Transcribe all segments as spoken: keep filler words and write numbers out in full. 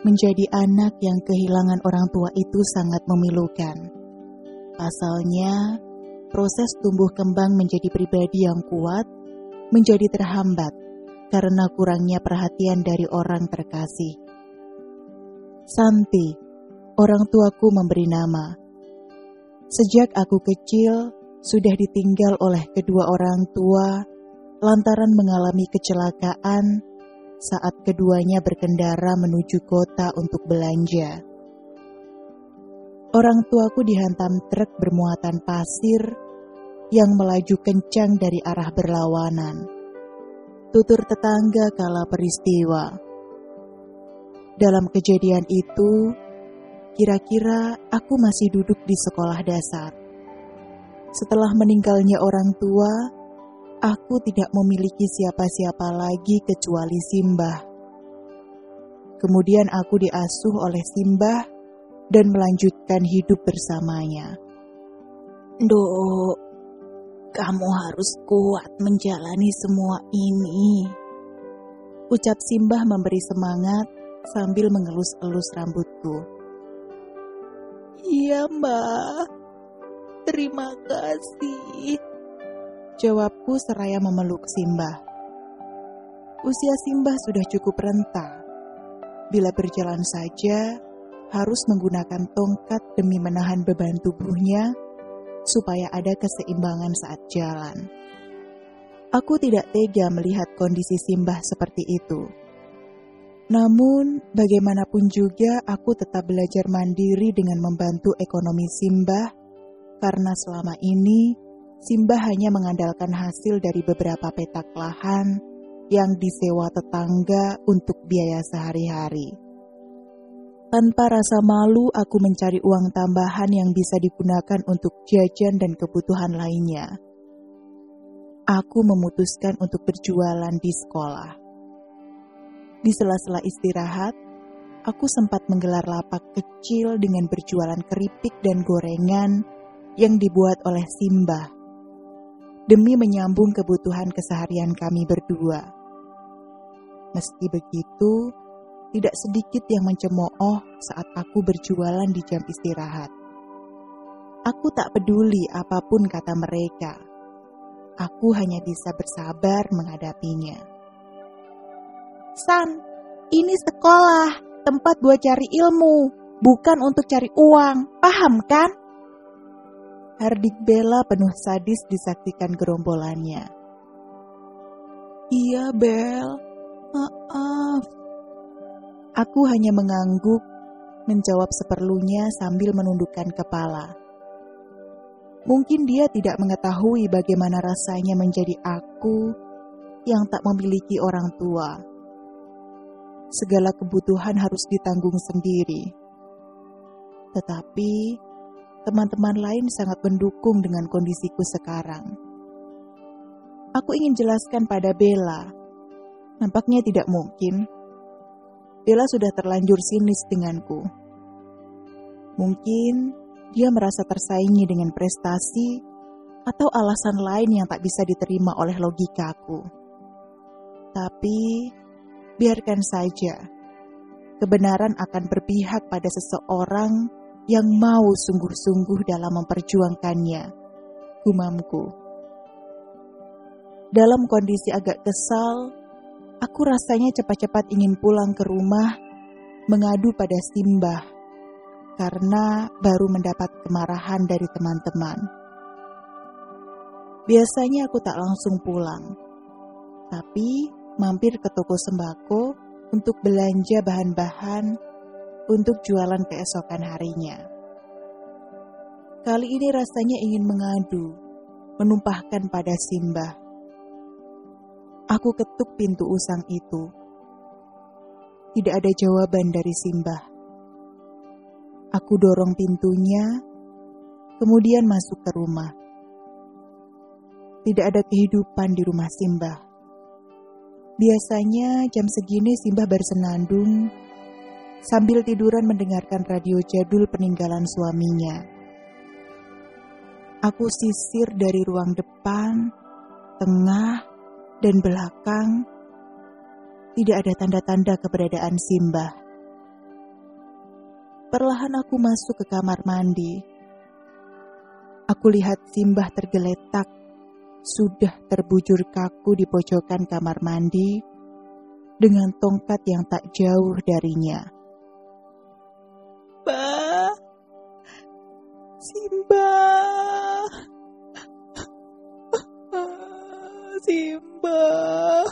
Menjadi anak yang kehilangan orang tua itu sangat memilukan. Pasalnya, proses tumbuh kembang menjadi pribadi yang kuat menjadi terhambat karena kurangnya perhatian dari orang terkasih. Santi, orang tuaku memberi nama. Sejak aku kecil, sudah ditinggal oleh kedua orang tua lantaran mengalami kecelakaan saat keduanya berkendara menuju kota untuk belanja. Orang tuaku dihantam truk bermuatan pasir yang melaju kencang dari arah berlawanan. Tutur tetangga kala peristiwa. Dalam kejadian itu, kira-kira aku masih duduk di sekolah dasar. Setelah meninggalnya orang tua, aku tidak memiliki siapa-siapa lagi kecuali Simbah. Kemudian aku diasuh oleh Simbah dan melanjutkan hidup bersamanya. Dok, kamu harus kuat menjalani semua ini, ucap Simbah memberi semangat sambil mengelus-elus rambutku. Iya, Mbak. Terima kasih, jawabku seraya memeluk Simbah. Usia Simbah sudah cukup renta. Bila berjalan saja, harus menggunakan tongkat demi menahan beban tubuhnya, supaya ada keseimbangan saat jalan. Aku tidak tega melihat kondisi Simbah seperti itu. Namun, bagaimanapun juga aku tetap belajar mandiri dengan membantu ekonomi Simbah, karena selama ini Simbah hanya mengandalkan hasil dari beberapa petak lahan yang disewa tetangga untuk biaya sehari-hari. Tanpa rasa malu, aku mencari uang tambahan yang bisa digunakan untuk jajan dan kebutuhan lainnya. Aku memutuskan untuk berjualan di sekolah. Di sela-sela istirahat, aku sempat menggelar lapak kecil dengan berjualan keripik dan gorengan yang dibuat oleh Simbah, demi menyambung kebutuhan keseharian kami berdua. Meski begitu, tidak sedikit yang mencemooh saat aku berjualan di jam istirahat. Aku tak peduli apapun kata mereka. Aku hanya bisa bersabar menghadapinya. San, ini sekolah, tempat buat cari ilmu, bukan untuk cari uang, paham kan? Hardik Bella penuh sadis disaksikan gerombolannya. Iya, Bel, maaf. Aku hanya mengangguk, menjawab seperlunya sambil menundukkan kepala. Mungkin dia tidak mengetahui bagaimana rasanya menjadi aku yang tak memiliki orang tua. Segala kebutuhan harus ditanggung sendiri. Tetapi, teman-teman lain sangat mendukung dengan kondisiku sekarang. Aku ingin jelaskan pada Bella. Nampaknya tidak mungkin. Bella sudah terlanjur sinis denganku. Mungkin dia merasa tersaingi dengan prestasi atau alasan lain yang tak bisa diterima oleh logikaku. Tapi, biarkan saja. Kebenaran akan berpihak pada seseorang yang mau sungguh-sungguh dalam memperjuangkannya, gumamku. Dalam kondisi agak kesal, aku rasanya cepat-cepat ingin pulang ke rumah, mengadu pada Simbah, karena baru mendapat kemarahan dari teman-teman. Biasanya aku tak langsung pulang, tapi mampir ke toko sembako untuk belanja bahan-bahan untuk jualan keesokan harinya. Kali ini rasanya ingin mengadu, menumpahkan pada Simbah. Aku ketuk pintu usang itu. Tidak ada jawaban dari Simbah. Aku dorong pintunya, kemudian masuk ke rumah. Tidak ada kehidupan di rumah Simbah. Biasanya jam segini Simbah bersenandung sambil tiduran mendengarkan radio jadul peninggalan suaminya. Aku sisir dari ruang depan, tengah, dan belakang. Tidak ada tanda-tanda keberadaan Simbah. Perlahan aku masuk ke kamar mandi. Aku lihat Simbah tergeletak, sudah terbujur kaku di pojokan kamar mandi dengan tongkat yang tak jauh darinya. Bah, Simbah, Simbah.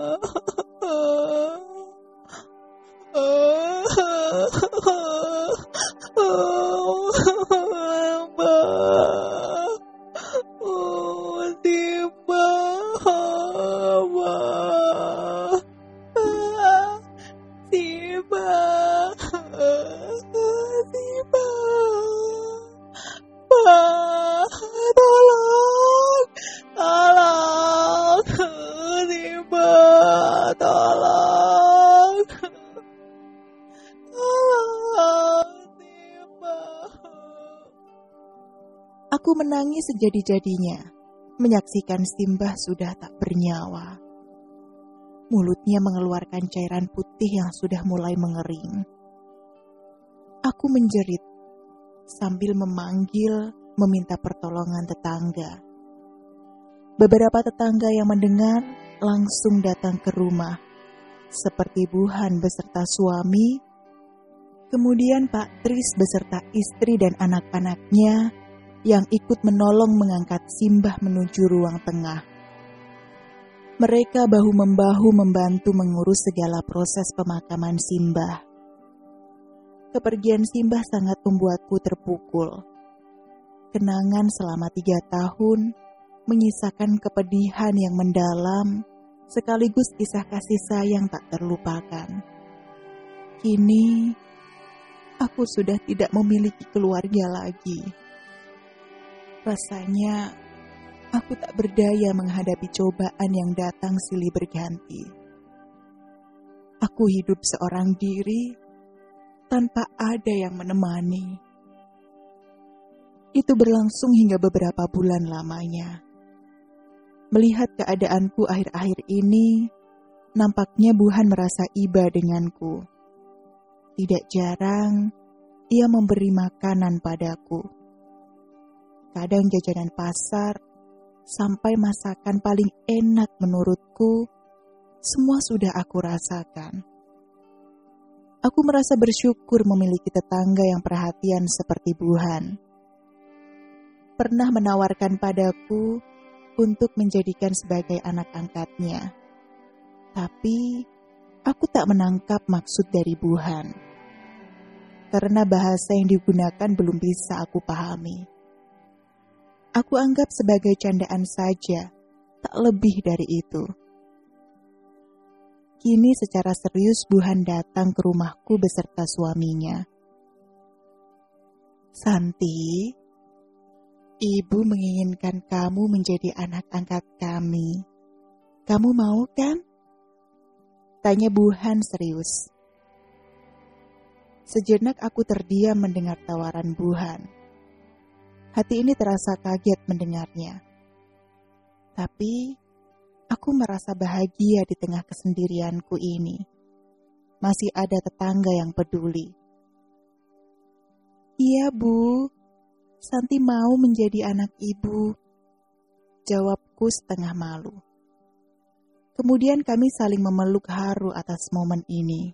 Aku menangis sejadi-jadinya, menyaksikan Simbah sudah tak bernyawa. Mulutnya mengeluarkan cairan putih yang sudah mulai mengering. Aku menjerit sambil memanggil, meminta pertolongan tetangga. Beberapa tetangga yang mendengar langsung datang ke rumah, seperti Buhan beserta suami, kemudian Pak Tris beserta istri dan anak-anaknya yang ikut menolong mengangkat Simbah menuju ruang tengah. Mereka bahu-membahu membantu mengurus segala proses pemakaman Simbah. Kepergian Simbah sangat membuatku terpukul. Kenangan selama tiga tahun menyisakan kepedihan yang mendalam, sekaligus kisah kasih sayang tak terlupakan. Kini, aku sudah tidak memiliki keluarga lagi. Rasanya, aku tak berdaya menghadapi cobaan yang datang silih berganti. Aku hidup seorang diri, tanpa ada yang menemani. Itu berlangsung hingga beberapa bulan lamanya. Melihat keadaanku akhir-akhir ini, nampaknya Buhan merasa iba denganku. Tidak jarang, ia memberi makanan padaku. Kadang jajanan pasar, sampai masakan paling enak menurutku, semua sudah aku rasakan. Aku merasa bersyukur memiliki tetangga yang perhatian seperti Buhan. Pernah menawarkan padaku untuk menjadikan sebagai anak angkatnya. Tapi, aku tak menangkap maksud dari Buhan. Karena bahasa yang digunakan belum bisa aku pahami. Aku anggap sebagai candaan saja, tak lebih dari itu. Kini secara serius Buhan datang ke rumahku beserta suaminya. Santi, Ibu menginginkan kamu menjadi anak angkat kami. Kamu mau kan? Tanya Buhan serius. Sejenak aku terdiam mendengar tawaran Buhan. Hati ini terasa kaget mendengarnya. Tapi, aku merasa bahagia di tengah kesendirianku ini. Masih ada tetangga yang peduli. Iya, Bu. Santi mau menjadi anak Ibu. Jawabku setengah malu. Kemudian kami saling memeluk haru atas momen ini.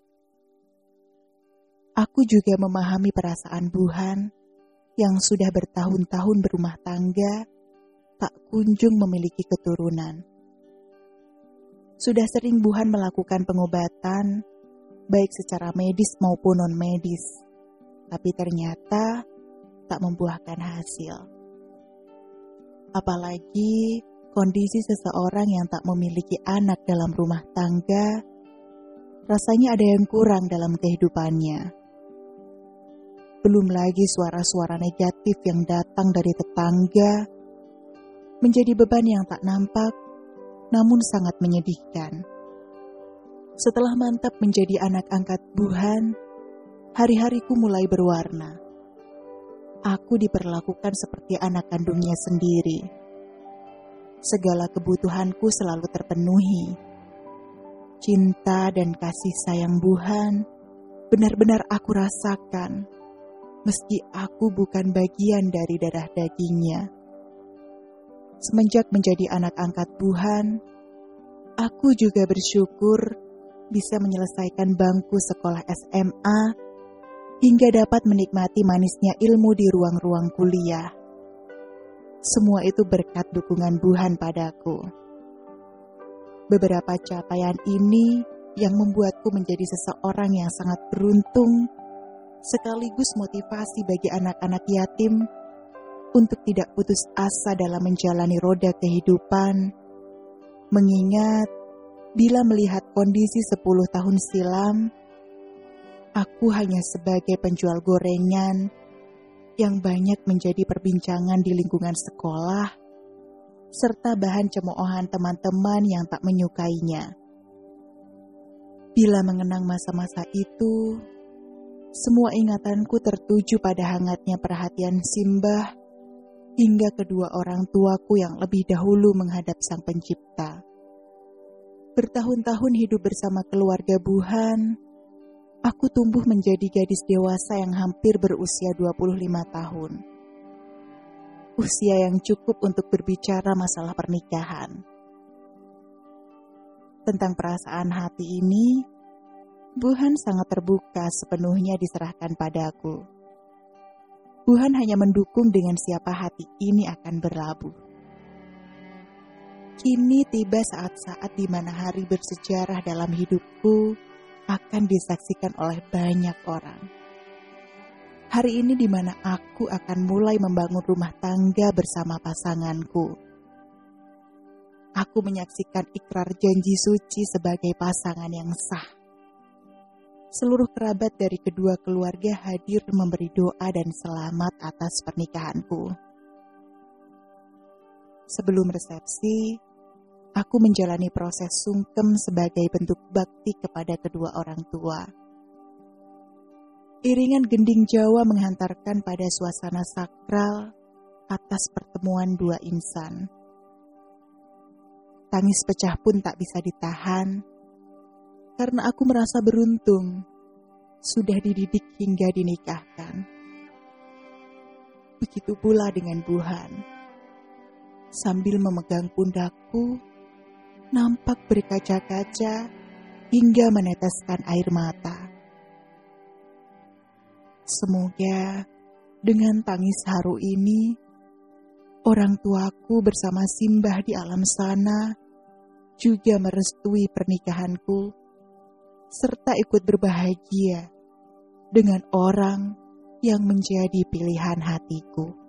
Aku juga memahami perasaan Buhan yang sudah bertahun-tahun berumah tangga, tak kunjung memiliki keturunan. Sudah sering Buhan melakukan pengobatan, baik secara medis maupun non-medis, tapi ternyata tak membuahkan hasil. Apalagi kondisi seseorang yang tak memiliki anak dalam rumah tangga, rasanya ada yang kurang dalam kehidupannya. Belum lagi suara-suara negatif yang datang dari tetangga, menjadi beban yang tak nampak, namun sangat menyedihkan. Setelah mantap menjadi anak angkat Buhan, hari-hariku mulai berwarna. Aku diperlakukan seperti anak kandungnya sendiri. Segala kebutuhanku selalu terpenuhi. Cinta dan kasih sayang Buhan benar-benar aku rasakan meski aku bukan bagian dari darah dagingnya. Semenjak menjadi anak angkat Buhan, aku juga bersyukur bisa menyelesaikan bangku sekolah S M A hingga dapat menikmati manisnya ilmu di ruang-ruang kuliah. Semua itu berkat dukungan Buhan padaku. Beberapa capaian ini yang membuatku menjadi seseorang yang sangat beruntung, sekaligus motivasi bagi anak-anak yatim untuk tidak putus asa dalam menjalani roda kehidupan. Mengingat bila melihat kondisi sepuluh tahun silam, aku hanya sebagai penjual gorengan yang banyak menjadi perbincangan di lingkungan sekolah, serta bahan cemoohan teman-teman yang tak menyukainya. Bila mengenang masa-masa itu, semua ingatanku tertuju pada hangatnya perhatian Simbah hingga kedua orang tuaku yang lebih dahulu menghadap Sang Pencipta. Bertahun-tahun hidup bersama keluarga Buhan, aku tumbuh menjadi gadis dewasa yang hampir berusia dua puluh lima tahun. Usia yang cukup untuk berbicara masalah pernikahan. Tentang perasaan hati ini, Buhan sangat terbuka sepenuhnya diserahkan padaku. Buhan hanya mendukung dengan siapa hati ini akan berlabuh. Kini tiba saat-saat di mana hari bersejarah dalam hidupku akan disaksikan oleh banyak orang. Hari ini di mana aku akan mulai membangun rumah tangga bersama pasanganku. Aku menyaksikan ikrar janji suci sebagai pasangan yang sah. Seluruh kerabat dari kedua keluarga hadir memberi doa dan selamat atas pernikahanku. Sebelum resepsi, aku menjalani proses sungkem sebagai bentuk bakti kepada kedua orang tua. Iringan gending Jawa menghantarkan pada suasana sakral atas pertemuan dua insan. Tangis pecah pun tak bisa ditahan, karena aku merasa beruntung sudah dididik hingga dinikahkan. Begitu pula dengan Buhan. Sambil memegang pundakku, nampak berkaca-kaca hingga meneteskan air mata. Semoga dengan tangis haru ini, orang tuaku bersama Simbah di alam sana juga merestui pernikahanku, serta ikut berbahagia dengan orang yang menjadi pilihan hatiku.